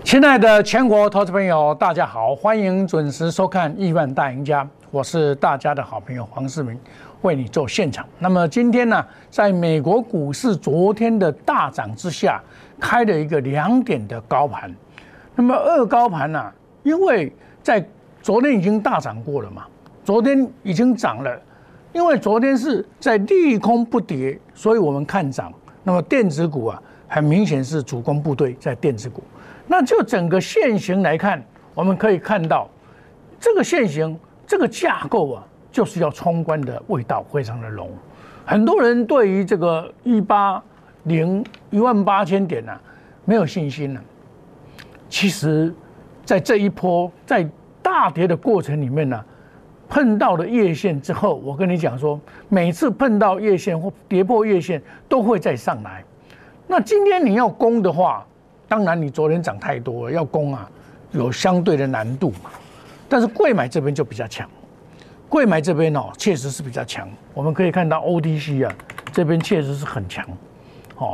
亲爱的全国投资朋友，大家好，欢迎准时收看《亿万大赢家》，我是大家的好朋友黄世明，为你做现场。那么今天呢，在美国股市昨天的大涨之下，开了一个2点的高盘。那么二高盘呢，因为在昨天已经大涨过了嘛，昨天已经涨了，因为昨天是在利空不跌，所以我们看涨。那么电子股啊，很明显是主攻部队在电子股。那就整个线型来看，我们可以看到这个线型这个架构啊，就是要冲关的味道非常的浓。很多人对于这个18000点啊没有信心了。其实，在这一波在大跌的过程里面呢，碰到了月线之后，我跟你讲说，每次碰到月线或跌破月线都会再上来。那今天你要攻的话，当然你昨天涨太多了，要攻啊有相对的难度嘛。但是贵买这边就比较强，贵买这边哦确实是比较强。我们可以看到 OTC 啊这边确实是很强，哦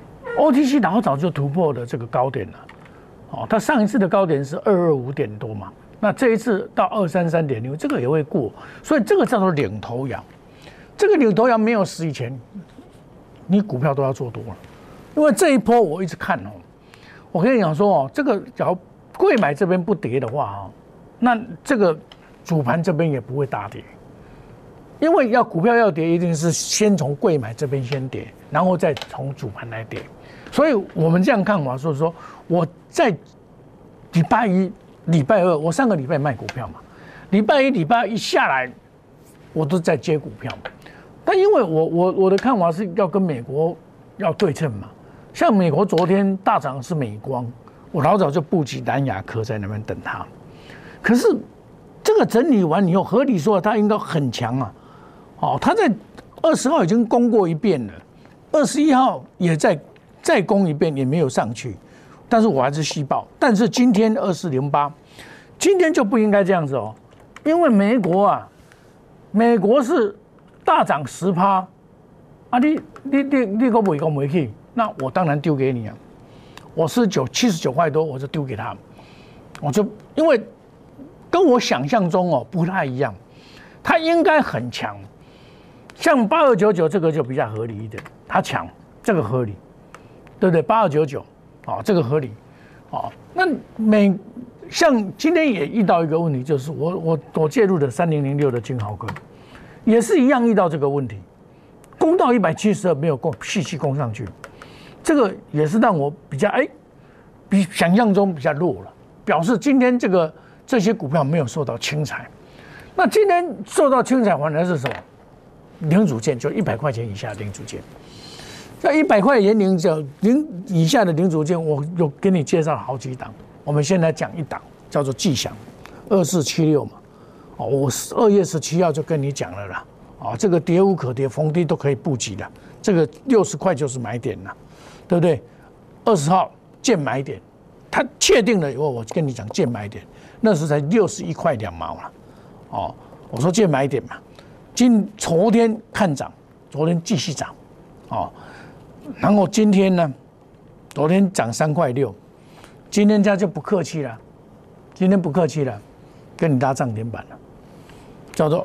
，OTC 老早就突破了这个高点了，哦，它上一次的高点是225点多嘛，那这一次到233.6，这个也会过，所以这个叫做领头羊。这个领头羊没有死以前，你股票都要做多了，因为这一波我一直看哦。我跟你讲说哦，这个假如贵买这边不跌的话哦，那这个主盘这边也不会大跌，因为股票要跌，一定是先从贵买这边先跌，然后再从主盘来跌。所以我们这样看法，所以说我在礼拜一、礼拜二，我上个礼拜卖股票嘛，礼拜一、礼拜二一下来，我都在接股票嘛。但因为我的看法是要跟美国要对称嘛。像美国昨天大涨是美光，我老早就布局南亚科在那边等它。可是这个整理完以后，合理说它应该很强啊。哦，它在20号已经攻过一遍了，21号也再攻一遍，也没有上去。但是我还是细报。但是今天2408，今天就不应该这样子哦，因为美国是大涨10%，啊你个不讲没去。那我当然丢给你啊！我79块多，我就丢给他，我就因为跟我想象中哦不太一样，它应该很强，像8299这个就比较合理一点，它强，这个合理，对不对？8299啊，这个合理，啊，那像今天也遇到一个问题，就是我介入的3006的金豪科，也是一样遇到这个问题，攻到172没有细攻上去。这个也是让我比较比想象中比较弱了，表示今天这些股票没有受到轻踩。那今天受到轻踩反而是什么？零组件就100块钱以下的零组件。在100块钱以下的零组件，我有给你介绍好几档。我们先来讲一档，叫做技翔2476嘛。哦，我2月17号就跟你讲了啦。哦，这个跌无可跌，逢低都可以布局的。这个60块就是买点了。对不对？20号见买点，他确定了以后，我跟你讲见买点，那时才61块2毛了。哦，我说见买点嘛。昨天看涨，昨天继续涨，哦，然后今天呢，昨天涨3块6，今天他就不客气了，今天不客气了，跟你拉涨停板了，叫做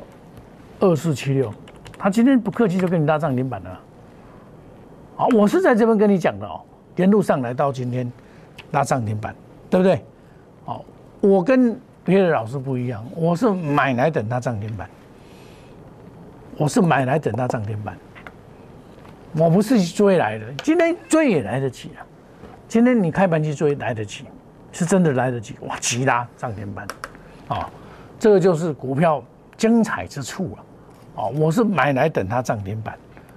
2476，他今天不客气就跟你拉涨停板了。好，我是在这边跟你讲的哦，沿路上来到今天拉涨停板，对不对？好，我跟别的老师不一样，我是买来等它涨停板，我不是追来的。今天追也来得及啊，今天你开盘去追来得及，是真的来得及。哇，急拉涨停板，啊，这个就是股票精彩之处啊！哦，我是买来等它涨停板，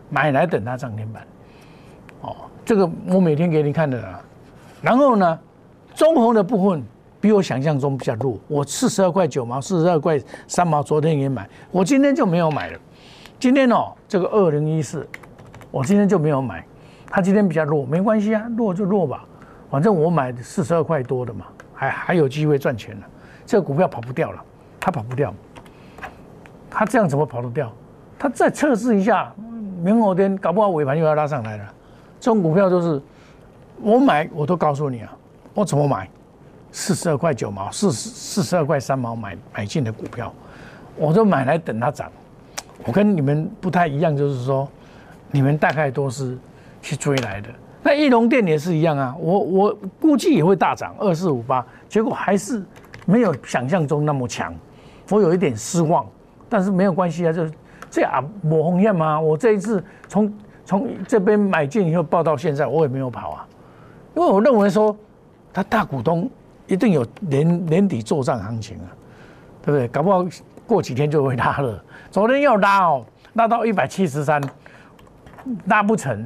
哦，这个我每天给你看的啦。然后呢，中红的部分比我想象中比较弱，我42块9毛、42块3毛，昨天也买，我今天就没有买了。今天哦，这个2014，我今天就没有买，它今天比较弱，没关系啊，弱就弱吧，反正我买42块多的嘛，还有机会赚钱了。这个股票跑不掉了，它跑不掉，它这样怎么跑得掉？它再测试一下，明后天搞不好尾盘又要拉上来了。这种股票就是我买，我都告诉你啊，我怎么买， 42.9毛、42.3毛买进的股票，我都买来等它涨。我跟你们不太一样，就是说，你们大概都是去追来的。那义隆电也是一样啊，我估计也会大涨2458，结果还是没有想象中那么强，我有一点失望。但是没有关系啊，就是这啊，没风险嘛。我这一次从这边买进以后报到现在，我也没有跑啊，因为我认为说，他大股东一定有年底做账行情啊，对不对？搞不好过几天就会拉了。昨天要拉哦，拉到173，拉不成，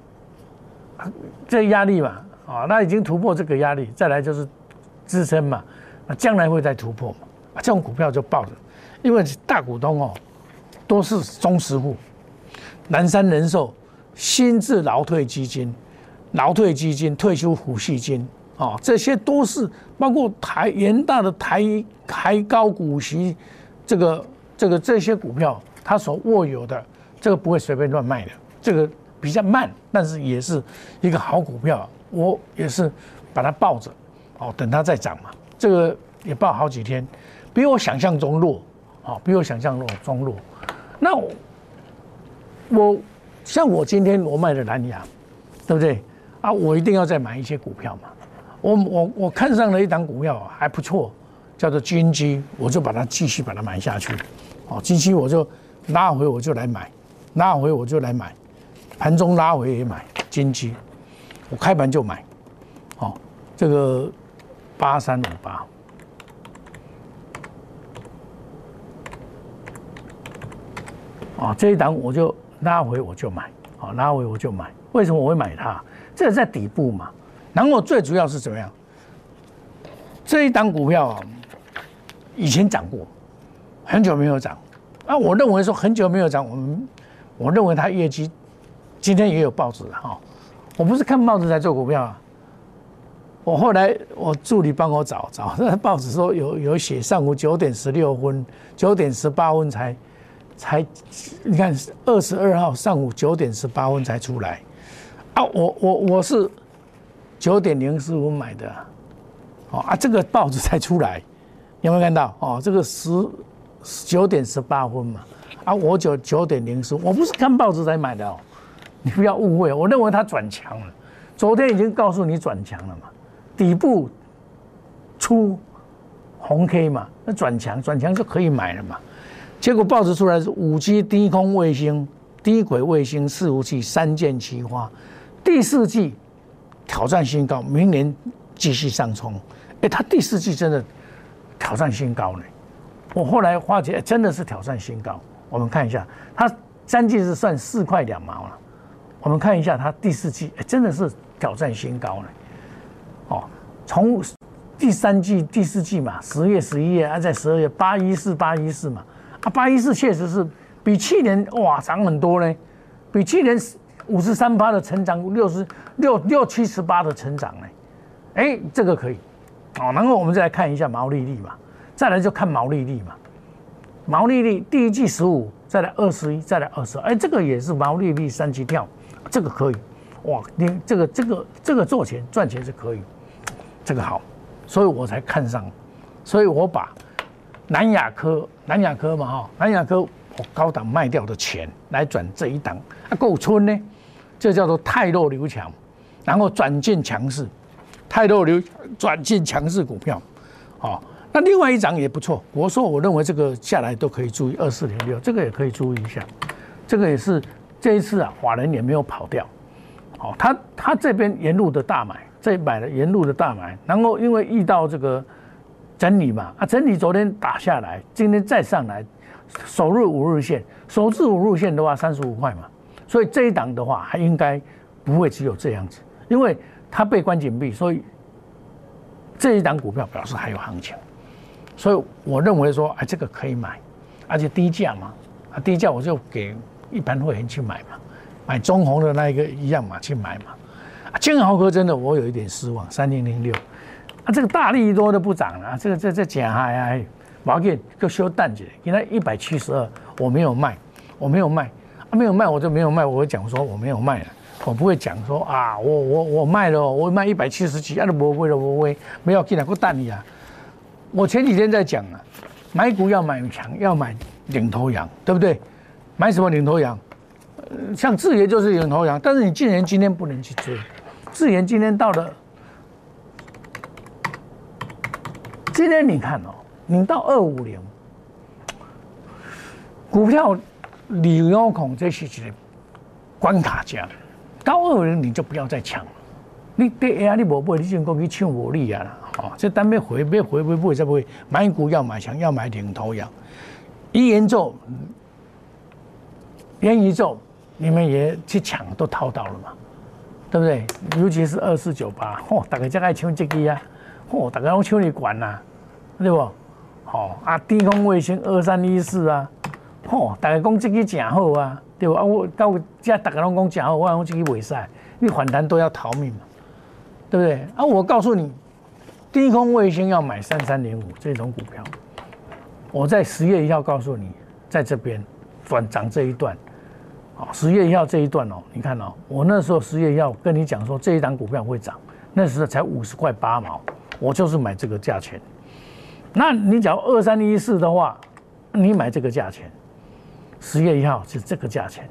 这压力嘛，啊，那已经突破这个压力，再来就是支撑嘛，那将来会再突破嘛，这种股票就抱着，因为大股东哦都是中实户，南山人寿、新制劳退基金、退休抚恤金。哦，这些都是包括元大的台高股息，这些股票，它所握有的，这个不会随便乱卖的，这个比较慢，但是也是一个好股票，我也是把它抱着，哦，等它再涨嘛，这个也抱好几天，比我想象中弱，哦，比我想象中弱。那像我今天我卖的蓝牙，对不对啊？我一定要再买一些股票嘛。我看上了一档股票还不错，叫做金基，我就继续把它买下去。哦，金基我就拉回我就来买，盘中拉回也买金基，我开盘就买。哦，这个8358，哦，这一档我就拉回我就买，哦，拉回我就买。为什么我会买它？这个在底部嘛。然后最主要是怎么样？这一档股票啊，以前涨过，很久没有涨。啊，我认为说很久没有涨，我认为它业绩今天也有报纸哈。我不是看报纸才做股票啊。我后来我助理帮我找，那报纸说有写上午9点16分、9点18分才，你看22号上午9点18分才出来。啊，我是9点04分买的，哦啊，这个报纸才出来，有没有看到？哦，这个9点18分嘛，啊，我9点04，我不是看报纸才买的哦，你不要误会，我认为它转强了，昨天已经告诉你转强了嘛，底部出红 K 嘛，那转强就可以买了嘛，结果报纸出来是5G 低空卫星、低轨卫星伺服器3箭齐发，第4季。挑战新高，明年继续上冲。它第4季真的挑战新高呢。我后来发觉，真的是挑战新高。我们看一下，它3季是算4块2毛了。我们看一下它第4季，真的是挑战新高呢。哦，从第3季、第4季嘛，10月、11月，在12月814嘛，814确实是比去年哇涨很多呢，比去年53%的成长，70%的成长呢，这个可以，哦，然后我们再来看一下毛利率嘛，再来就看毛利率嘛，毛利率第1季15，再来21，再来22，这个也是毛利率3级跳，这个可以，哇，你这个做钱赚钱是可以，这个好，所以我才看上，所以我把南亚科嘛哈，南亚科我高档卖掉的钱来转这一档，够村呢。这叫做泰弱留强，然后转进强势，转进强势股票，哦，那另外一档也不错，国寿我认为这个下来都可以注意2406，这个也可以注意一下，这个也是这一次啊，法人也没有跑掉，哦，他这边沿路的大买，这买了沿路的大买，然后因为遇到这个整理嘛，整理昨天打下来，今天再上来，首至5日线的话35块嘛。所以这一档的话，还应该不会只有这样子，因为它被关紧闭，所以这一档股票表示还有行情，所以我认为说，这个可以买，而且低价嘛，低价我就给一般会员去买嘛，买中红的那一个一样嘛，去买嘛。金豪科真的我有一点失望，3006，这个大利多都不涨了，这假还毛给个修淡姐，现在172，我没有卖。没有卖，我就没有卖。我会讲说我没有卖了， 我不会讲说啊，我卖了，我卖170几，都不会了，不要进来，我等你啊！我前几天在讲啊，买股要买强，要买领头羊，对不对？买什么领头羊？像智研就是领头羊，但是你今天不能去追，智研今天到了，今天你看哦，你到250，股票利用孔这是一个关卡价，到250你就不要再抢了。你对啊，你无买，你先讲去抢无利啊啦！哦，这单要回再买，买股要买强，要买领头羊。元宇宙，你们也去抢，都套到了嘛，对不对？尤其是2498，大家才爱抢这个啊，大家拢抢你管呐，对不？低空卫星2314啊，大家讲这个真好啊，对不？我到这大家拢讲真好，我讲这个袂使，你反弹都要逃命嘛，对不对？我告诉你，低空卫星要买3305这种股票，我在10月1号告诉你，在这边转涨这一段。10月1号这一段哦，你看哦，我那时候10月1号跟你讲说这一档股票会涨，那时候才50块8毛，我就是买这个价钱。那你假如2314的话，你买这个价钱，10月1号是这个价钱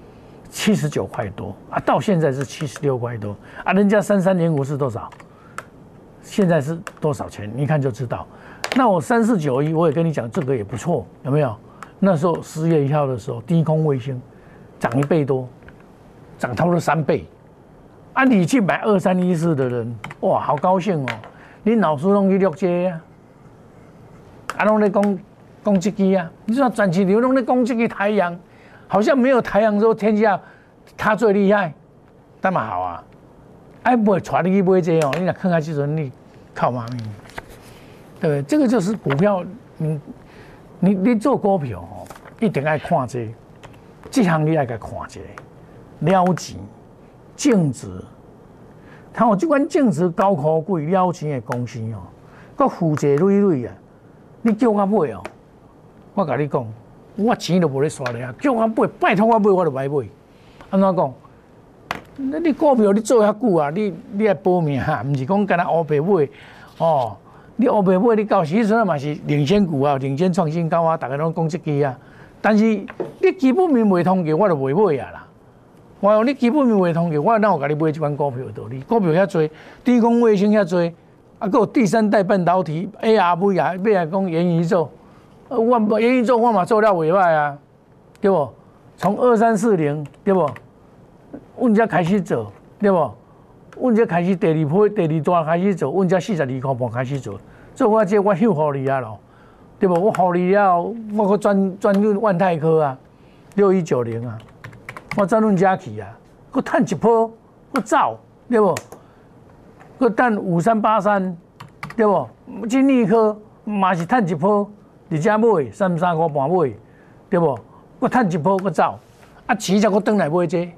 ，79块多啊，到现在是76块多啊，人家3305是多少？现在是多少钱？你看就知道。那我3491我也跟你讲，这个也不错，有没有？那时候10月1号的时候，低空卫星。涨1倍多，涨超了3倍，啊！你去买2314的人，哇，好高兴哦！你老师拢去录这啊，拢在讲这个啊！你知道短期流拢在讲这个太阳，好像没有太阳之后天下他最厉害，那么好啊！哎，不会传你去买这哦，你若看下去阵你靠妈咪，对不对？这个就是股票，你做股票哦，一定要看这个。这项你爱甲看一下，了钱、净值，看我这款净值高科贵了钱的公司哦，佮负债累累啊！你叫我买哦，我甲你讲，我钱都无咧刷咧啊！叫我买，拜托我买，我就买买。安怎讲？你股票你做遐久啊，你爱保命啊，毋是讲干那乌白买哦。你乌白买，你到时阵嘛是领先股啊，领先创新高啊，大家拢讲这个啊。但是你基本面未通嘅，我就袂买啊啦。我讲你基本面未通嘅，我哪有甲你买这款股票的道理？股票遐多，低空卫星遐多，啊，还有第3代半导体 ARV 啊，要来讲元宇宙，元宇宙我嘛做了袂歹啊，对不？从2340对不？阮才开始做，对不？阮才开始第2段开始做，阮才42块半开始做，做我这我休互你啊咯。对不？我互你了，我搁转入万泰科啊，6190啊，我转入遮去啊，搁趁一波，搁走，对不？搁等5383，对不？金利科嘛是趁一波，伫遮买33块半买，对不？搁趁一波，搁走，啊，钱才搁转来买这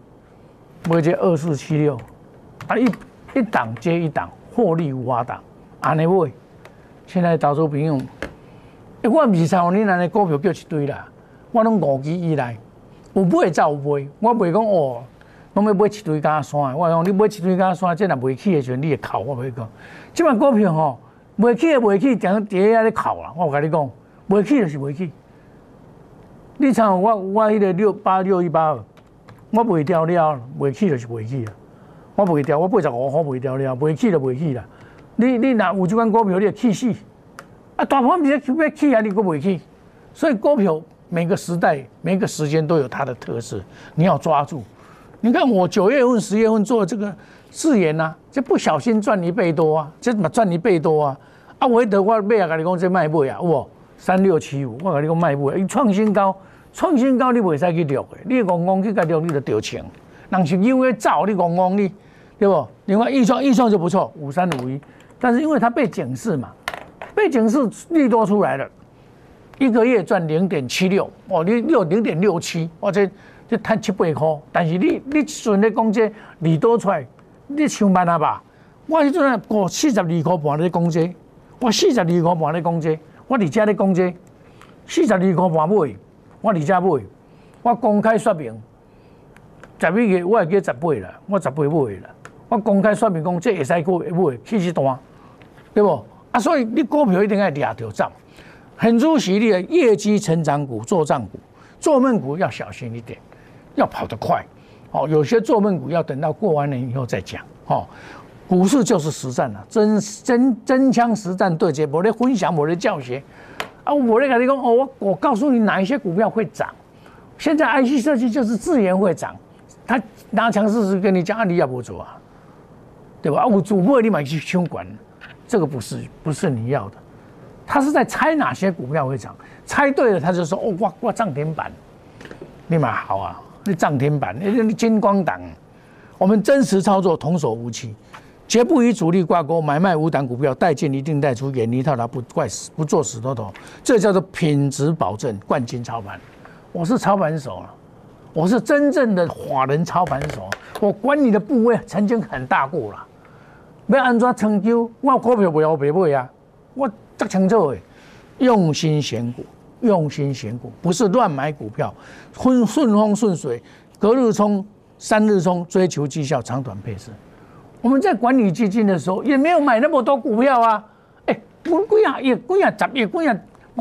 2476，啊一档接一档，获利无法挡，安尼买。现在投资朋友。我唔是像你那的股票叫一堆啦，我拢5期以来有买才有买，我袂讲哦，拢要买一堆假山。我讲你买一堆假山，这若袂起的时阵，你会哭。我袂讲，即款股票吼，袂起的袂起，定伫遐咧哭啦。我甲你讲，袂起就是袂起。你像我迄个68618，我卖掉了，袂起就是袂起啊。我卖掉，我85块卖掉了，袂起就袂起啦。你若有即款股票，你会气死。啊，大盘不是要起啊，你搁袂起，所以股票每个时代、每个时间都有它的特色，你要抓住。你看我9月份、10月份做这个智研啊，这不小心赚1倍多啊，这嘛赚1倍多啊！啊，我买啊，甲你讲这卖买啊，有无？3675，我甲你讲卖买，伊创新高你袂使去录的，你戆戆去甲录，你就掉钱。人是因为走，你戆戆你，对不？另外预创就不错，5351，但是因为它被警示嘛。被警示利多出来了，1个月赚0.76，哦，你有0.67，哦，这赚7、8块。但是你顺咧讲这利多出来，你想办法吧？我迄阵过42块半咧讲这，我42块半咧讲这，我伫遮咧讲这，42块半买，我伫遮买，我公开说明， 11月我会叫18啦，我18买啦，我公开说明讲这会使买起这单，对不？啊，所以你股票一定要抓到涨，很出息的业绩成长股、作战股、做梦股要小心一点，要跑得快。哦，有些做梦股要等到过完年以后再讲。哦，股市就是实战了，真枪实战对决，我在分享，我的教学啊，我在跟你讲哦，我告诉你哪一些股票会涨。现在 IC 设计就是自研会涨，他拿强势是跟你讲，你要不做啊，对吧？啊，我主播你买去凶管，这个不是你要的。他是在猜哪些股票会涨，猜对了他就说哦，哇涨停板，你买好啊，你涨停板，你金光党。我们真实操作，童叟无欺，绝不与主力挂钩，买卖无档股票，带进一定带出，远离套牢，不做死多头，这叫做品质保证，冠军操盘。我是操盘手了，我是真正的法人操盘手，我管你的部位曾经很大过了，要安怎成就？我股票不要别买啊，我足清楚的，用心选股，用心选股，不是乱买股票，顺风顺水，隔日冲。3日冲，追求绩效，长短配置。我们在管理基金的时候，也没有买那么多股票啊。我几啊亿、几啊10亿、几啊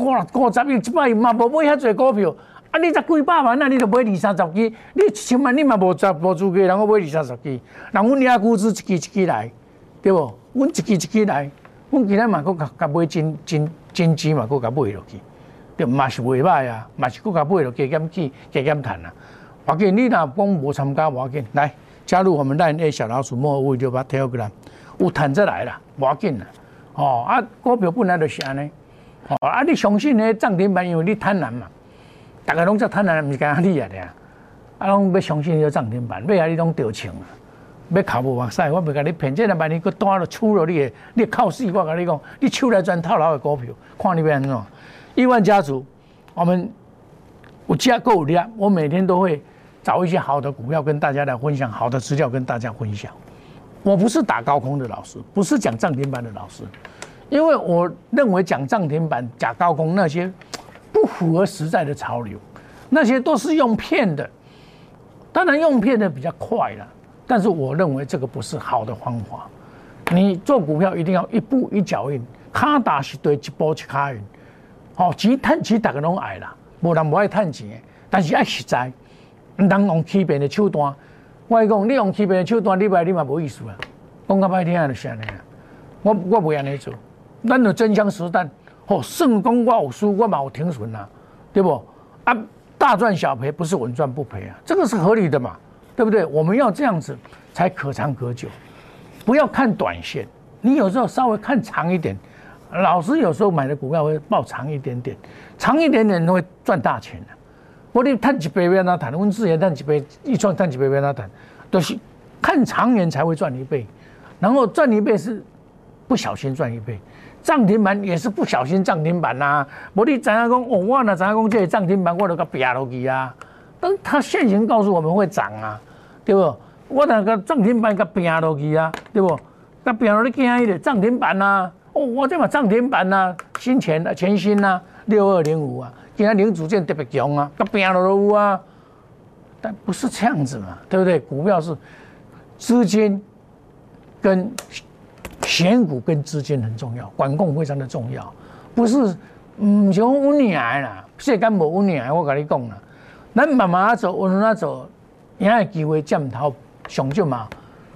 50亿、100亿嘛，无买遐侪股票。啊，你才几百万啊，你就买20-30支，你1000万你嘛无资格，人我买20-30支。人阮遐股资一支来，对不？阮一支来，阮今仔嘛佫甲买真支嘛，佫甲买落去，对嘛是袂歹啊，嘛是佫甲买落加减去加减赚啊。我给你若讲无参加，我给来加入我们LINE A 小老鼠5568 Telegram， 有赚再来啦，无要紧啦。哦啊，股票本来就是安尼。哦啊，你相信呢涨停板，因为你贪婪嘛，大家拢在贪婪，唔是干你啊的啊，拢要相信你涨停板，要啊你拢得逞啊，要靠无目屎，我袂甲你骗，这万一佮单了出了你靠死，我甲你讲，你手来赚套牢的股票，看你要安怎。亿万家族，我们有加购量，我每天都会。找一些好的股票跟大家来分享，好的资料跟大家分享。我不是打高空的老师，不是讲涨停板的老师，因为我认为讲涨停板、假高空那些不符合时代的潮流，那些都是用骗的。当然用骗的比较快了，但是我认为这个不是好的方法。你做股票一定要一步一脚印，卡打是对，一步一卡印。好，钱赚钱大家拢爱啦，无人不爱赚钱的，但是爱实在。唔通用欺骗的手段，我讲你用欺骗的手段，你嘛无意思啊。讲较歹听就是安尼啊。我袂安尼做，咱就真枪实弹。哦，算讲我有输，我嘛有停损啊，对不？啊，大赚小赔不是稳赚不赔啊，这个是合理的嘛，对不对？我们要这样子才可长可久，不要看短线，你有时候稍微看长一点。老师有时候买的股票会报长一点点，长一点点会赚大钱的。我哋赚1倍要哪赚？阮之前赚1倍，一创赚1倍要哪赚？都是看长远才会赚1倍，然后赚1倍是不小心赚1倍，涨停板也是不小心涨停板呐。无你知影讲，哦，我哪知影讲这个涨停板我就甲撇落去啊？但他现行告诉我们会涨啊，对不？我哪个涨停板甲撇落去啊？对不？甲撇落去惊迄个涨停板呐？哦，我这嘛涨停板呐，全新呐，6205啊。今天零组件特别强啊，个拼了都有啊，但不是这样子嘛，对不对？股票是资金跟选股跟资金很重要，管控非常的重要，不是唔像稳赢啦，世间无稳赢，我跟你讲啦，咱慢慢走，稳稳走，赢的机会占头上少嘛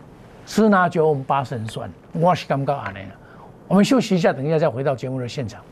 ，10拿9我们8胜算，我是感觉安尼啦。我们休息一下，等一下再回到节目的现场。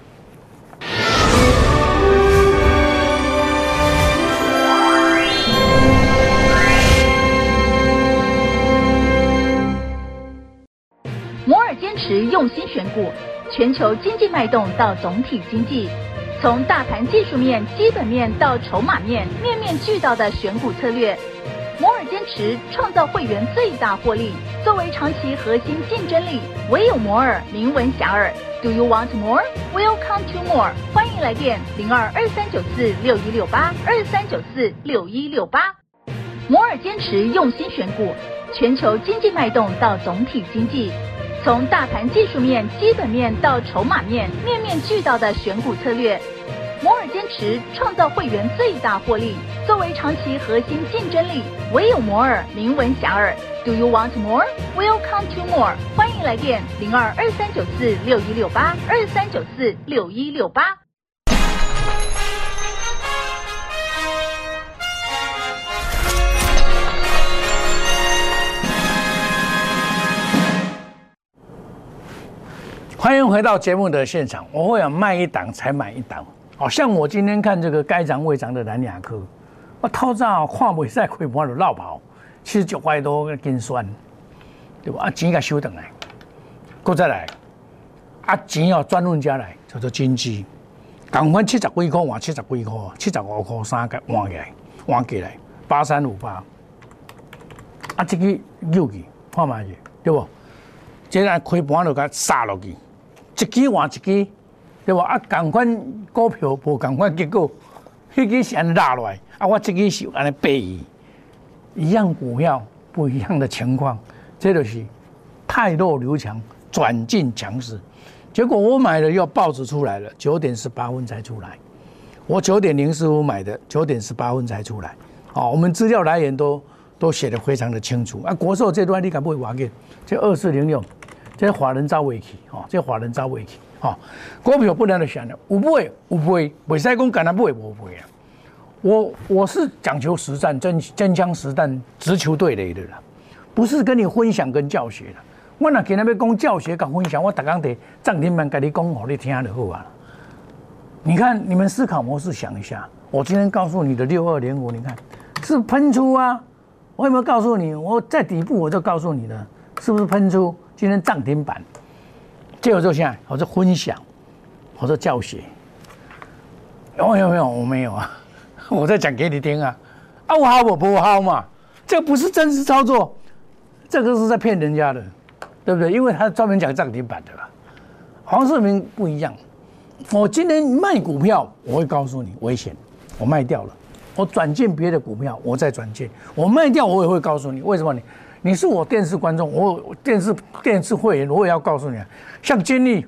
摩尔坚持用心选股，全球经济脉动到总体经济，从大盘技术面、基本面到筹码面，面面俱到的选股策略。摩尔坚持创造会员最大获利，作为长期核心竞争力，唯有摩尔名闻遐迩。Do you want more? Welcome to more。欢迎来电0223946168，23946168。摩尔坚持用心选股，全球经济脉动到总体经济，从大盘技术面、基本面到筹码面，面面俱到的选股策略。 摩尔坚持创造会员最大获利，作为长期核心竞争力，唯有摩尔名闻遐迩。Do you want more? Welcome to more。欢迎来电02-2394-6168，2394-6168。 欢迎回到节目的现场。我会有卖一档才买一档，好像我今天看这个该涨未涨的南亚科，我透早看袂使开盘就落跑，79块多斤酸，对吧？钱给收回来，再来，钱要专门家来，叫做金鸡，同款70几块换70几块，75块3个换起来，换起来8358，这个溜去看卖去，对不？这个开盘就甲杀落去。一支换一支，对吧？同款股票无同款结果，迄支是安尼拉落来，我这支是安尼背伊，一样股票不一样的情况，这就是汰弱留强，转进强势。结果我买了又报纸出来了，9点18分才出来。我9点04分买的，9点18分才出来。我们资料来源都写得非常的清楚。国寿这段你敢不会挖给？这2406。这法人走未去，这法人走未去，股票不能就选了，有买有赔，袂使讲干那买无赔啊。我是讲求实战，真枪实弹，直球对垒的啦，不是跟你分享跟教学啦。我若今日要讲教学跟分享，我逐工在涨停板跟你讲，互你听就好啊。你看，你们思考模式想一下，我今天告诉你的6205，你看是喷出啊。我有没有告诉你？我在底部我就告诉你了，是不是喷出？今天涨停板，这我做现在，我做分享，我做教学。有没有？我没有啊，我在讲给你听啊。我好我不好嘛？这个不是真实操作，这个是在骗人家的，对不对？因为他专门讲涨停板的啦。黄世明不一样，我今天卖股票，我会告诉你危险，我卖掉了，我转进别的股票，我再转进，我卖掉，我也会告诉你为什么你是我电视观众，我电视会员，我也要告诉你，像金利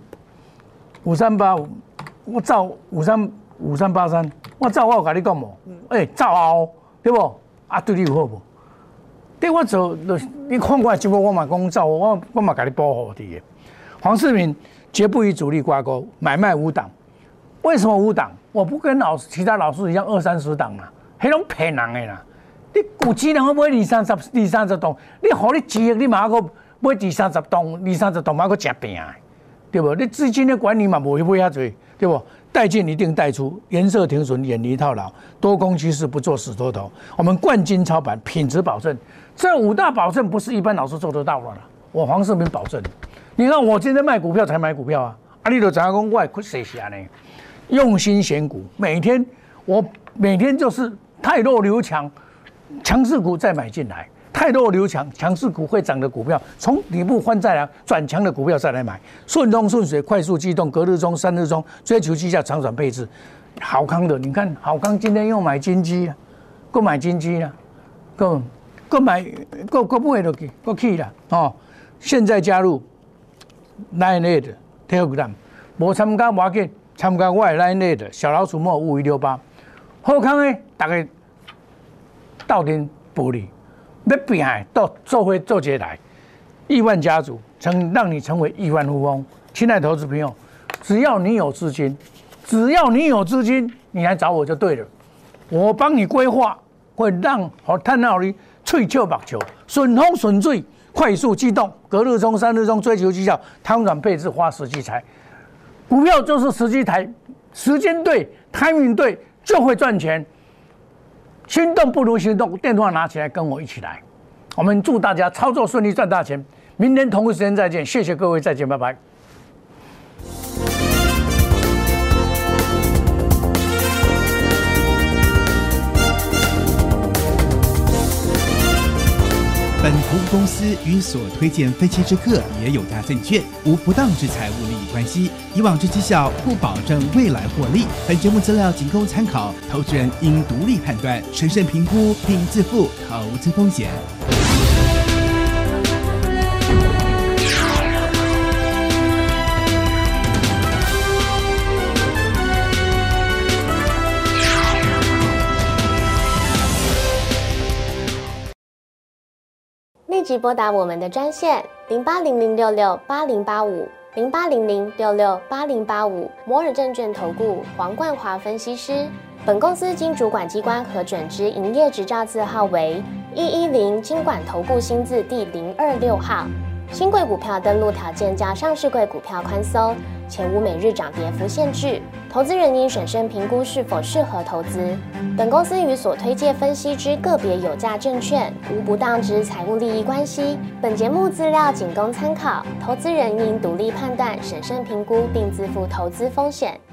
5385，我照5383，我照我有跟你讲无？照哦，对不？对你有好无？对我做，你看我的节目，我嘛讲照，我嘛给你保护你的。黄世明绝不与主力挂钩，买卖无档。为什么无档？我不跟其他老师一样20-30档啦，迄种骗人的啦。你有钱人买20-30栋，你互你钱，你嘛个买20-30栋，20-30栋嘛个吃饼，对不？你资金的管理嘛无买遐多，对不？带进一定带出，颜色停损，远离套牢，多空趋势不做死多头。我们冠军操盘，品质保证，这5大保证不是一般老师做得到的啦。我黄世明保证。你看我今天卖股票才买股票啊，你就知影讲我会谁下呢？用心选股，我每天就是汰弱留强。强势股再买进来，汰弱留强，强势股会涨的股票，从底部换再来转强的股票再来买，顺风顺水，快速机动，隔日冲、3日冲，追求绩效长短配置。好康的，你看好康今天又买金鸡了，购买金鸡了，购买买落去，去了现在加入 Line 的 Telegram， 无参加我给参加我的 Line 的小老鼠莫5168，好康的，大家。到底不利，要变到做会做起来，亿万家族让你成为亿万富翁。亲爱的投资朋友，只要你有资金，你来找我就对了。我帮你规划，会让探到你脆笑目球，顺风顺水，快速机动，隔日冲、3日冲，追求绩效，汤软配置，花时机财。股票就是时机台，时间对 ，timing 对，就会赚钱。心动不如行动，电话拿起来跟我一起来。我们祝大家操作顺利，赚大钱。明天同一时间再见，谢谢各位，再见，拜拜。 本投资公司与所推荐分期之客也有大证券，无不当之财务利益关系。以往之绩效不保证未来获利。本节目资料仅供参考，投资人应独立判断、审慎评估并自负投资风险。 立即拨打我们的专线08006680850800668085摩尔证券投顾黄冠华分析师。本公司经主管机关核准之营业执照字号为110金管投顾新字第026号。新贵股票登录条件较上市贵股票宽松，且无每日涨跌幅限制。投资人应审慎评估是否适合投资。本公司与所推介分析之个别有价证券无不当之财务利益关系。本节目资料仅供参考，投资人应独立判断、审慎评估并自负投资风险。